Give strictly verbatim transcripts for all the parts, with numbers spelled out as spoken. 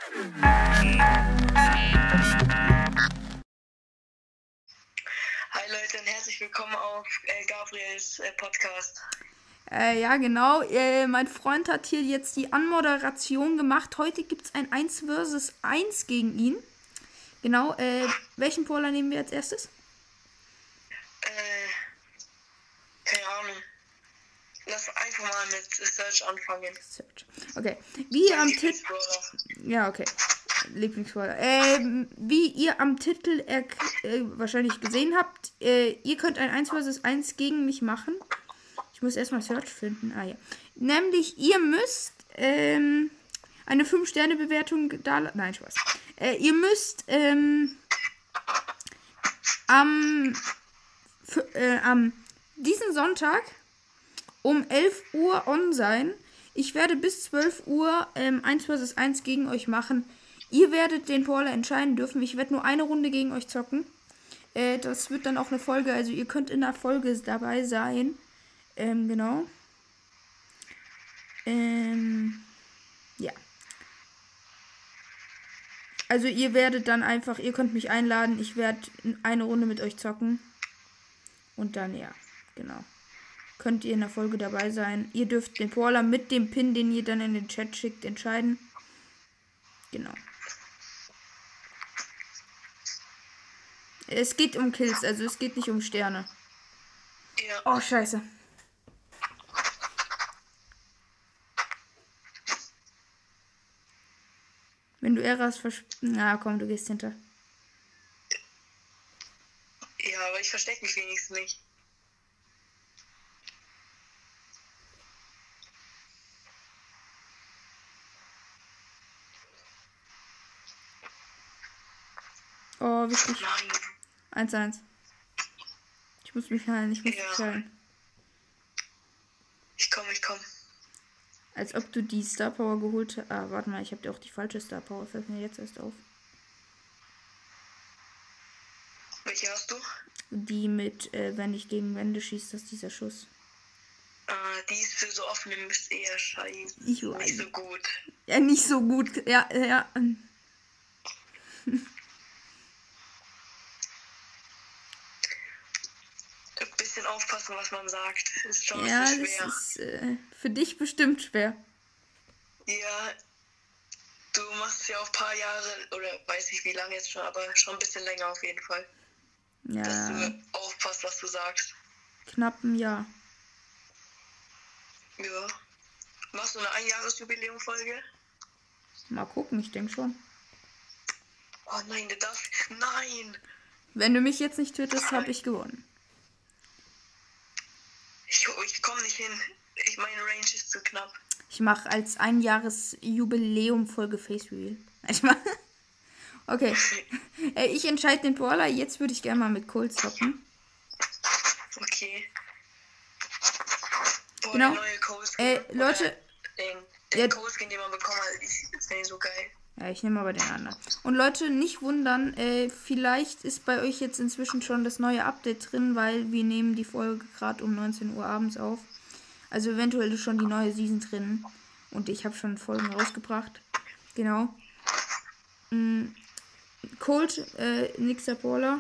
Hi Leute und herzlich willkommen auf äh, Gabriels äh, Podcast. Äh, ja, genau. Äh, mein Freund hat hier jetzt die Anmoderation gemacht. Heute gibt es ein eins versus eins gegen ihn. Genau. Äh, welchen Brawler nehmen wir als erstes? Äh, keine Ahnung. Lass einfach mal mit Search anfangen. Search. Okay. Wie ihr Mein am Titel. Lieblingsbrawler. Ja, okay. Lieblingsbrawler. Ähm, wie ihr am Titel äh, wahrscheinlich gesehen habt, äh, ihr könnt ein eins versus eins gegen mich machen. Ich muss erstmal Search finden. Ah ja. Nämlich, ihr müsst ähm, eine fünf Sterne Bewertung da. Nein, Spaß. Äh, ihr müsst ähm, am, f- äh, am diesen Sonntag um elf Uhr on sein. Ich werde bis zwölf Uhr ähm, eins versus eins gegen euch machen. Ihr werdet den Brawler entscheiden dürfen. Ich werde nur eine Runde gegen euch zocken. Äh, das wird dann auch eine Folge. Also ihr könnt in der Folge dabei sein. Ähm, genau. Ähm, ja. Also ihr werdet dann einfach, ihr könnt mich einladen. Ich werde eine Runde mit euch zocken. Und dann, ja, genau. Könnt ihr in der Folge dabei sein. Ihr dürft den Brawler mit dem Pin, den ihr dann in den Chat schickt, entscheiden. Genau. Es geht um Kills, also es geht nicht um Sterne. Ja. Oh, scheiße. Wenn du Eras versp... Na komm, du gehst hinter. Ja, aber ich verstecke mich wenigstens nicht. Oh, wichtig. Nein. eins eins. Ich muss mich heilen, ich muss Ja. mich heilen. Ich komme, ich komme. Als ob du die Star Power geholt hast. Ah, warte mal, ich habe dir auch die falsche Star Power. Fällt mir jetzt erst auf. Welche hast du? Die mit, äh, wenn ich gegen Wände schieße, das ist dieser Schuss. Äh, die ist für so offene Mist eher scheiße. Ich weiß. Nicht so gut. Ja, nicht so gut. Ja, ja. Ein bisschen aufpassen, was man sagt. Ist schon ein Ja, bisschen das schwer. ist äh, für dich bestimmt schwer. Ja, du machst es ja auch ein paar Jahre, oder weiß nicht wie lange jetzt schon, aber schon ein bisschen länger auf jeden Fall. Dass Ja, du aufpasst, was du sagst. knapp ein Jahr. Ja. Machst du eine Einjahresjubiläumfolge? Mal gucken, ich denke schon. Oh nein, du darfst. Nein! Wenn du mich jetzt nicht tötest, habe ich gewonnen. Ich, ich komme nicht hin. Ich meine Range ist zu knapp. Ich mache als Einjahres-Jubiläum-Folge Face Reveal. Ich mach... Okay. Äh, ich entscheide den Brawler. Jetzt würde ich gerne mal mit Cole zocken. Okay. Boah, Genau. der neue Coast Äh, Leute. Den, den Ja. Coast, den man bekommen hat, ich finde ihn so geil. Ja, ich nehme aber den anderen. Und Leute, nicht wundern, äh, vielleicht ist bei euch jetzt inzwischen schon das neue Update drin, weil wir nehmen die Folge gerade um neunzehn Uhr abends auf. Also eventuell ist schon die neue Season drin. Und ich habe schon Folgen rausgebracht. Genau. Mm, Colt, äh, nächster Brawler.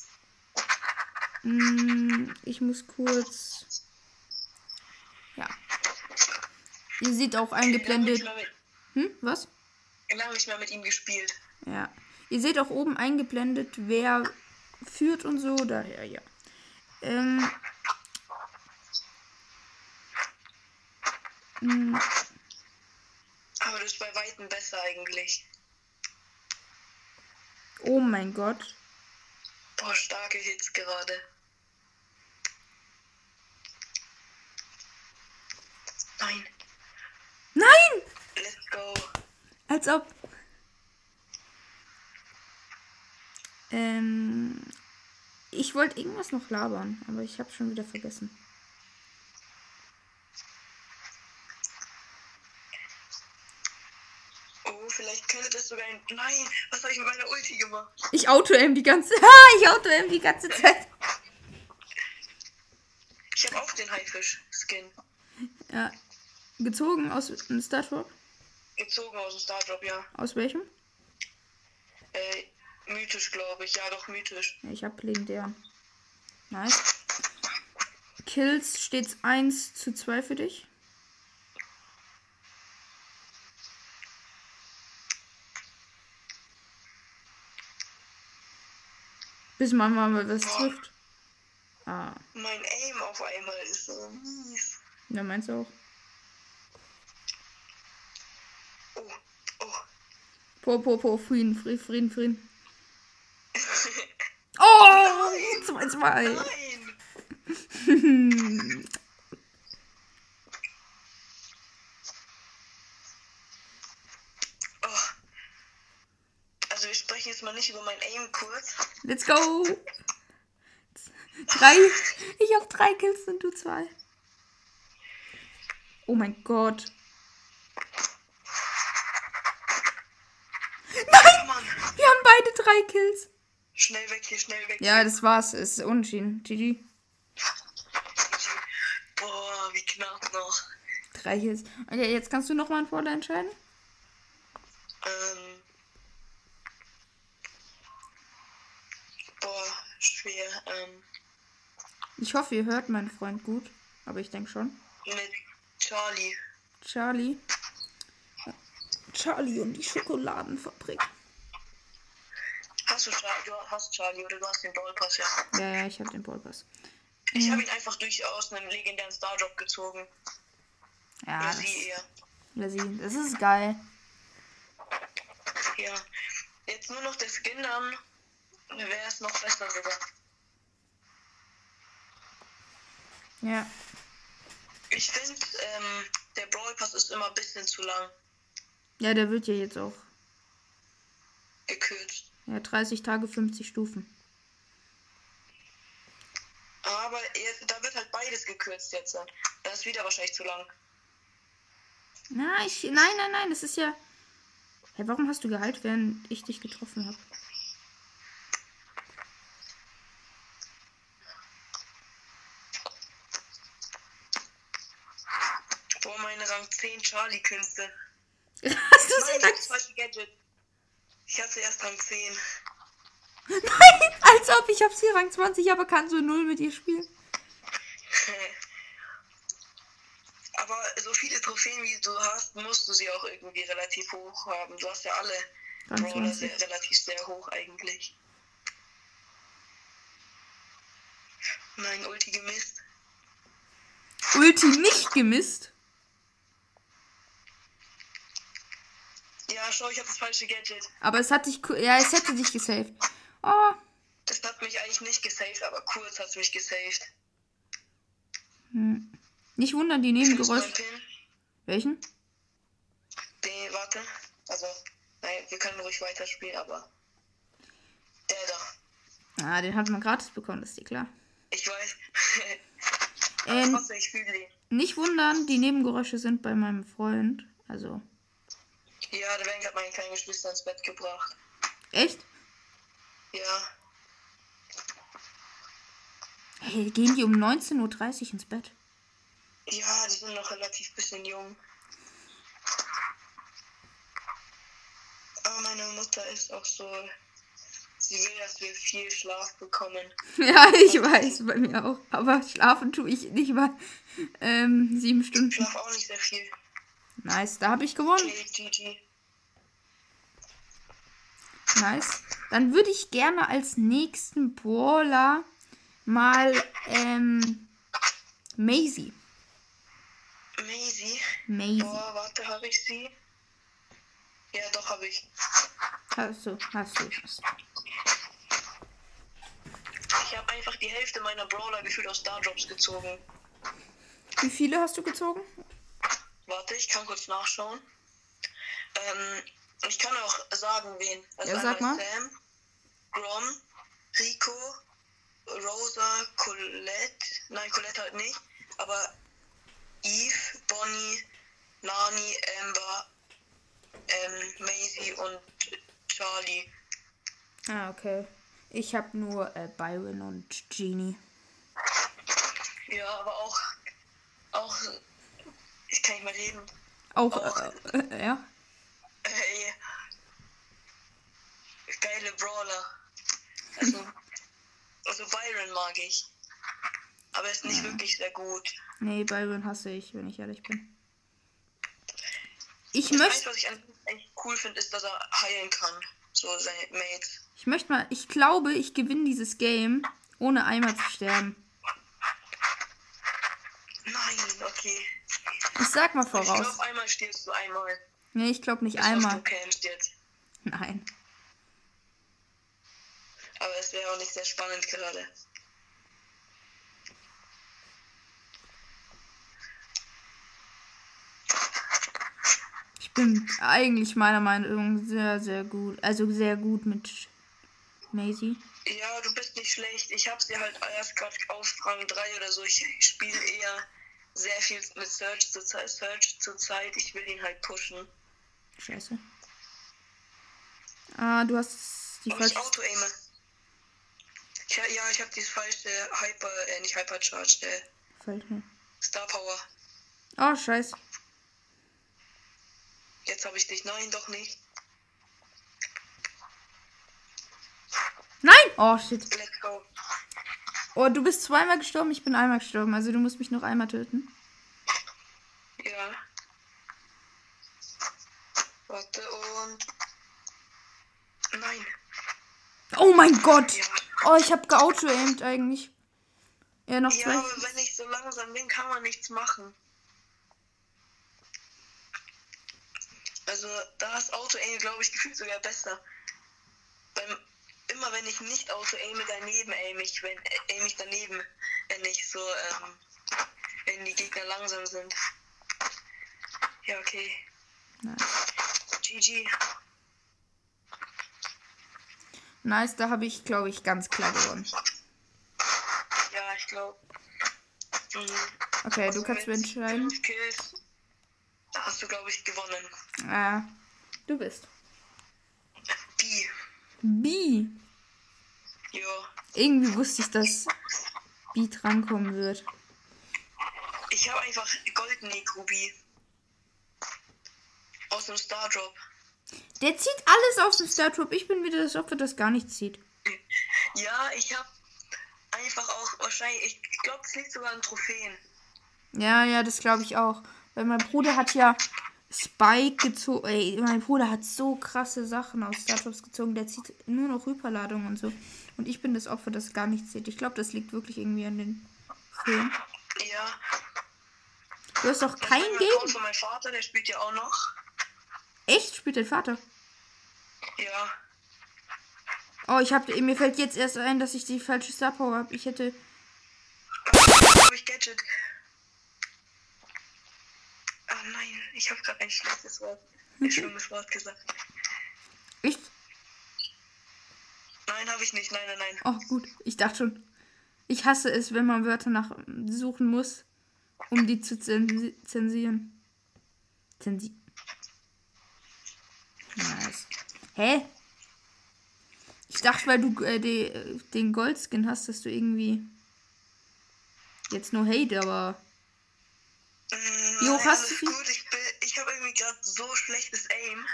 Mm, ich muss kurz... Ja. Ihr seht auch eingeblendet... Lange nicht, Hm, was? mehr mit, lange nicht mehr mit ihm gespielt. Ja. Ihr seht auch oben eingeblendet, wer führt und so. Daher, ja. Ähm. mh, Aber das ist bei Weitem besser eigentlich. Oh mein Gott. Boah, starke Hits gerade. Nein, Nein! let's go. Als ob. Ähm. Ich wollte irgendwas noch labern, aber ich habe schon wieder vergessen. Oh, vielleicht könnte das sogar ein... Nein, was habe ich mit meiner Ulti gemacht? Ich auto-aim die ganze Ha, ich auto-aim die ganze Zeit. Ich habe auch den Haifisch-Skin. Ja. Gezogen aus dem Startwalk. gezogen aus dem Stardrop, ja. Aus welchem? Äh, mythisch, glaube ich. Ja, doch, mythisch. Ja, ich hab legendären. Nice. Kills steht's eins zu zwei für dich. Bis man mal was Boah. trifft. Ah. Mein Aim auf einmal ist so mies. Ja, meinst du auch? Oh, oh. Po, po, po, Frieden, Frieden, Frieden, Frieden. Oh, zwei, zwei. Nein! Oh. Also wir sprechen jetzt mal nicht über mein Aim kurz. Let's go. Drei. Ich hab drei Kills und du zwei. Oh mein Gott. Nein! Mann. Wir haben beide drei Kills. Schnell weg hier, schnell weg. Ja, das war's. Es ist unentschieden. G G. Boah, wie knapp noch. Drei Kills. Okay, jetzt kannst du nochmal einen Brawler entscheiden. Ähm. Boah, schwer. Ähm. Ich hoffe, ihr hört meinen Freund gut. Aber ich denke schon. Mit Charlie. Charlie. Charlie und die Schokoladenfabrik. Hast du Charlie? Du hast Charlie oder du hast den Ballpass, ja. Ja, ja, ich habe den Ballpass. Ich habe ihn einfach durchaus einen legendären Stardrop gezogen. Ja, Oder das, sie eher. ja, sie. Das ist geil. Ja. Jetzt nur noch der Skin, dann wäre es noch besser sogar. Ja. Ich finde, ähm, der Brawl Pass ist immer ein bisschen zu lang Ja, der wird ja jetzt auch. gekürzt. Ja, dreißig Tage, fünfzig Stufen. Aber er, da wird halt beides gekürzt jetzt. Das ist wieder wahrscheinlich zu lang. Na, ich. Nein, nein, nein, das ist ja. Hä, warum hast du geheilt, während ich dich getroffen habe? Boah, meine Rang zehn Charlie-Künste. Hast du Nein, sie ich hab Rang... das falsche Gadget. Ich hatte erst Rang zehn. Nein, als ob ich hab sie Rang zwanzig, aber kann so null mit ihr spielen. Aber so viele Trophäen wie du hast, musst du sie auch irgendwie relativ hoch haben. Du hast ja alle Rang Brawler zwanzig. sehr, relativ sehr hoch eigentlich. Mein Ulti gemisst. Ulti nicht gemisst. Ja, schau, ich habe das falsche Gadget. Aber es hat dich. ku- Ja, es hätte dich gesaved. Oh. Das hat mich eigentlich nicht gesaved, aber kurz hat es mich gesaved. Hm. Nicht wundern, die Findest du meinen Nebengeräusche. Pin? Welchen? Den, warte. Also, nein, wir können ruhig weiterspielen, aber... Der da. Ah, den hat man gratis bekommen, das ist dir klar. Ich weiß. aber Ähm, trotzdem, ich fühle den. Nicht wundern, die Nebengeräusche sind bei meinem Freund. Also. Ja, da werden gerade meine kleinen Geschwister ins Bett gebracht. Echt? Ja. Hey, gehen die um neunzehn Uhr dreißig ins Bett? Ja, die sind noch relativ bisschen jung. Aber meine Mutter ist auch so... Sie will, dass wir viel Schlaf bekommen. Ja, ich weiß, bei mir auch. Aber schlafen tue ich nicht mal ähm, sieben Ich Stunden. schlafe auch nicht sehr viel. Nice, da habe ich gewonnen. Okay, G G. Nice. Dann würde ich gerne als nächsten Brawler mal ähm, Maisie. Maisie. Maisie. Boah, warte, habe ich sie? Ja, doch, habe ich. Hast du, hast du. Hast du. Ich habe einfach die Hälfte meiner Brawler gefühlt aus Stardrops gezogen. Wie viele hast du gezogen? Warte, ich kann kurz nachschauen. Ähm, ich kann auch sagen, wen. Also Ja, sag einmal mal. Sam, Grom, Rico, Rosa, Colette. Nein, Colette halt nicht. Aber Eve, Bonnie, Nani, Amber, ähm, Maisie und Charlie. Ah, okay. Ich habe nur äh, Byron und Genie. Ja, aber auch, auch, ich kann nicht mehr reden. Auch, Auch. äh, äh, ja. Brawler. Also, also Byron mag ich. Aber er ist nicht ja. wirklich sehr gut. Nee, Byron hasse ich, wenn ich ehrlich bin. Ich das möchte... Einzige, was ich eigentlich cool finde, ist, dass er heilen kann. So seine Mates. Ich möchte mal... Ich glaube, ich gewinne dieses Game, ohne einmal zu sterben. Nein, okay. Ich sag mal voraus. Ich glaube, einmal stirbst du einmal. Nee, ich glaube nicht das einmal. Du kämpfst jetzt. Nein. Aber es wäre auch nicht sehr spannend gerade. Ich bin eigentlich meiner Meinung nach sehr, sehr gut. Also sehr gut mit Maisie. Ja, du bist nicht schlecht. Ich habe sie halt erst gerade auf Rang drei oder so. Ich spiele eher sehr viel mit Search zur Zeit. Search zur Zeit. Ich will ihn halt pushen. Scheiße. Ah, du hast die Ob falsche... ich Auto-aime. Ja, ja, ich habe die falsche Hyper... Äh, nicht Hypercharge, äh... Falsche. Star Power. Oh, scheiße. Jetzt habe ich dich. Nein, doch nicht. Nein! Oh, shit. Let's go. Oh, du bist zweimal gestorben, ich bin einmal gestorben. Also du musst mich noch einmal töten. Ja. Warte und... Nein. Oh mein Gott! Ja. Oh, ich habe geauto-aimed eigentlich. Ja, noch zwei. Ja, aber wenn ich so langsam bin, kann man nichts machen. Also da ist Auto-Aim, glaube ich, gefühlt sogar besser. Beim, immer wenn ich nicht Auto-Aime, daneben aim ich, wenn aim ich daneben, wenn ich so, ähm, wenn die Gegner langsam sind. Ja, okay. Nice. G G. Nice, da habe ich, glaube ich, ganz klar gewonnen. Ja, ich glaube. Mhm. Okay, du kannst mir entscheiden. fünf Kills. Da hast du, glaube ich, gewonnen. Ah, du bist. B. B. Ja. Irgendwie wusste ich, dass B drankommen wird. Ich habe einfach Golden Ruby. Aus dem Star Drop. Der zieht alles aus dem Star Drop. Ich bin wieder das Opfer, das gar nichts zieht. Ja, ich habe einfach auch wahrscheinlich, ich glaube, es liegt sogar an Trophäen. Ja, ja, das glaube ich auch. Weil mein Bruder hat ja Spike gezogen. Ey, mein Bruder hat so krasse Sachen aus Star Drops gezogen. Der zieht nur noch Hyperladung und so. Und ich bin das Opfer, das gar nichts zieht. Ich glaube, das liegt wirklich irgendwie an den Filmen. Ja. Du hast doch kein Game. Von meinem Vater, der spielt ja auch noch. Echt? Spielt dein Vater? Ja. Oh, ich hab, mir fällt jetzt erst ein, dass ich die falsche Star Power habe. Ich hätte... Habe ich Gadget. Ah nein, ich habe gerade ein schlechtes Wort. Ein schlimmes Wort gesagt. Echt? Nein, habe ich nicht. Nein, nein, nein. Oh, gut. Ich dachte schon. Ich hasse es, wenn man Wörter nach suchen muss, um die zu zensi zensieren. Zensi... Nice. Hä? Ich dachte, weil du äh, die, den Goldskin hast, dass du irgendwie jetzt nur Hate, aber Mm, wie hoch nein, hast du sie? Gut, ich, bin- ich habe irgendwie gerade so schlechtes Aim.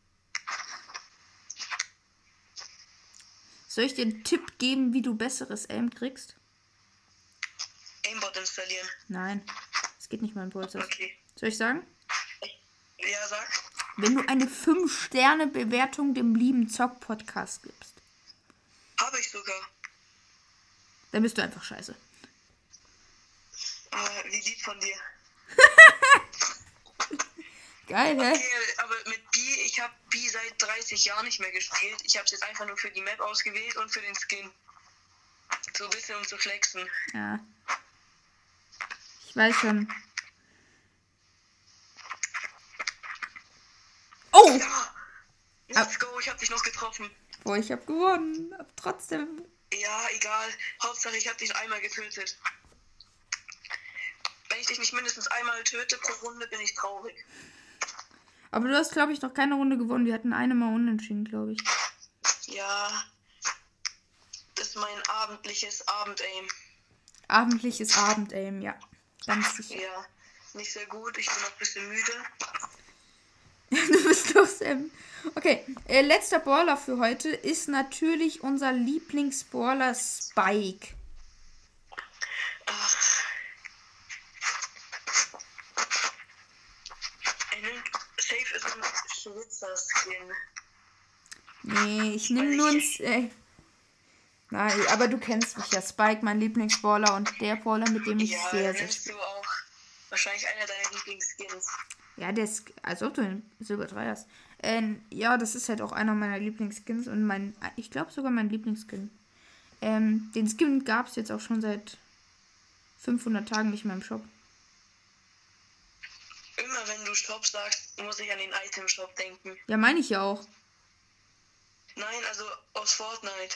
Soll ich dir einen Tipp geben, wie du besseres Aim kriegst? Aimbot installieren. Nein, es geht nicht mal in Bolzers. Okay. Soll ich sagen? Ja, sag. Wenn du eine fünf Sterne Bewertung dem lieben Zock-Podcast gibst, Habe ich sogar. dann bist du einfach scheiße. Äh, wie lieb von dir. Geil, hä? Okay, aber mit B, ich habe B seit dreißig Jahren nicht mehr gespielt. Ich habe es jetzt einfach nur für die Map ausgewählt und für den Skin. So ein bisschen um zu flexen. Ja. Ich weiß schon. Oh! Ja! Let's go, ich habe dich noch getroffen. Boah, ich hab gewonnen. Aber trotzdem. Ja, egal. Hauptsache, ich habe dich einmal getötet. Wenn ich dich nicht mindestens einmal töte pro Runde, bin ich traurig. Aber du hast, glaube ich, noch keine Runde gewonnen. Wir hatten eine Mal unentschieden, glaube ich. Ja. Das ist mein abendliches Abendaim. Abendliches Abendaim, ja. Ganz sicher. Ja, nicht sehr gut. Ich bin noch ein bisschen müde. Du bist doch Sam. Okay, äh, letzter Brawler für heute ist natürlich unser Lieblingsbrawler Spike. Ach. Er nimmt safe ist ein Schwitzer-Skin. Nee, ich nehme nur ein... Äh, nein, aber du kennst mich ja. Spike, mein Lieblingsbrawler und der Brawler, mit dem ich Ja, sehr, dann sehr... nimmst du auch wahrscheinlich einer deiner Lieblingsskins. Ja, der ist... Als ob du einen Silber drei hast. Ähm, ja, das ist halt auch einer meiner Lieblingsskins und mein... Ich glaube sogar mein Lieblingsskin. Ähm, den Skin gab es jetzt auch schon seit fünfhundert Tagen nicht mehr im Shop. Immer wenn du Shop sagst, muss ich an den Item-Shop denken. Ja, meine ich ja auch. Nein, also aus Fortnite.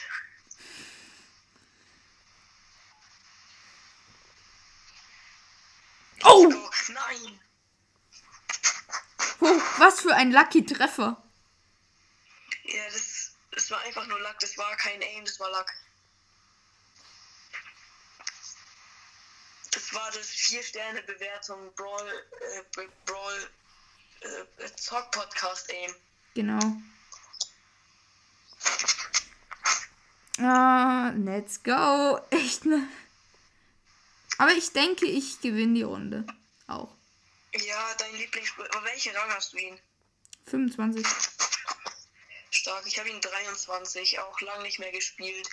Oh! Oh, nein! Oh, was für ein Lucky Treffer. Ja, das, das war einfach nur Luck. Das war kein Aim, das war Luck. Das war das vier Sterne Bewertung Brawl, äh, Brawl, äh, Zock Podcast Aim. Genau. Ah, let's go. Echt ne? Aber ich denke, ich gewinne die Runde. Auch. Ja, dein Lieblings... Welchen Rang hast du ihn? fünfundzwanzig. Stark, ich habe ihn dreiundzwanzig, auch lang nicht mehr gespielt.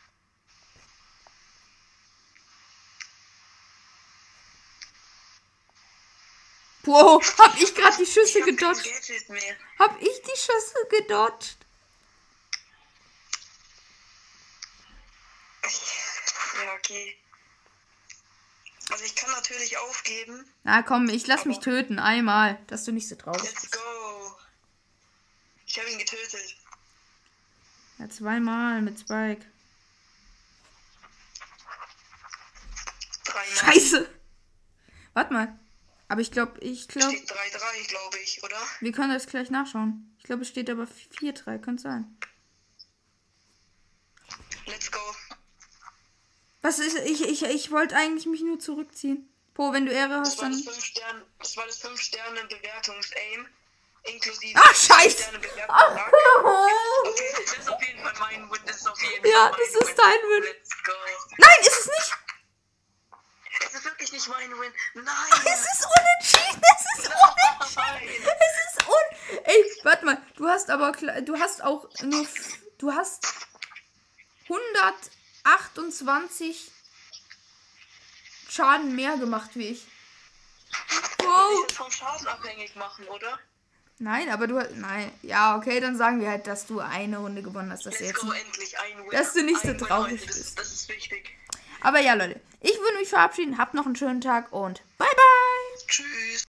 Wow, hab ich gerade die Schüsse Ich hab kein gedodged. Gadget mehr. Hab ich die Schüsse gedodged? Ja, okay. Also ich kann natürlich aufgeben. Na komm, ich lass mich Aber- töten. Einmal, dass du nicht so traurig Let's bist. go. Ich habe ihn getötet. Ja, zweimal mit Spike. Dreimal. Scheiße. Warte mal. Aber ich glaube, ich glaube, Steht drei drei, glaube ich, oder? wir können das gleich nachschauen. Ich glaube, es steht aber vier drei. Könnte sein. Let's go. Was ist, ich, ich, ich wollte eigentlich mich nur zurückziehen. Po, wenn du Ehre Das hast, war dann... das fünf Sterne, das war das fünf Sterne Bewertungs-Aim. Inklusive Ach, scheiße. Sterne Bewertung. Ach, Okay, das ist auf jeden Fall mein Win. Das ist auf jeden Ja, Fall mein das ist dein Win. Let's go. Nein, ist es nicht. Es ist wirklich nicht mein Win. Nein. Es ist unentschieden. Es ist unentschieden. Nein. Es ist un... Ey, warte mal. Du hast aber... kle- Du hast auch nur... f- Du hast... hundertachtundzwanzig Schaden mehr gemacht wie ich. Kann Wow. ich das vom Schaden abhängig machen, oder? Nein, aber du... Nein. Ja, okay, dann sagen wir halt, dass du eine Runde gewonnen hast. Das Let's jetzt go, nicht. endlich ein Win. Dass du nicht so Ein Win traurig heute, das, bist. Das ist wichtig. Aber ja, Leute. Ich würde mich verabschieden. Habt noch einen schönen Tag und bye, bye. Tschüss.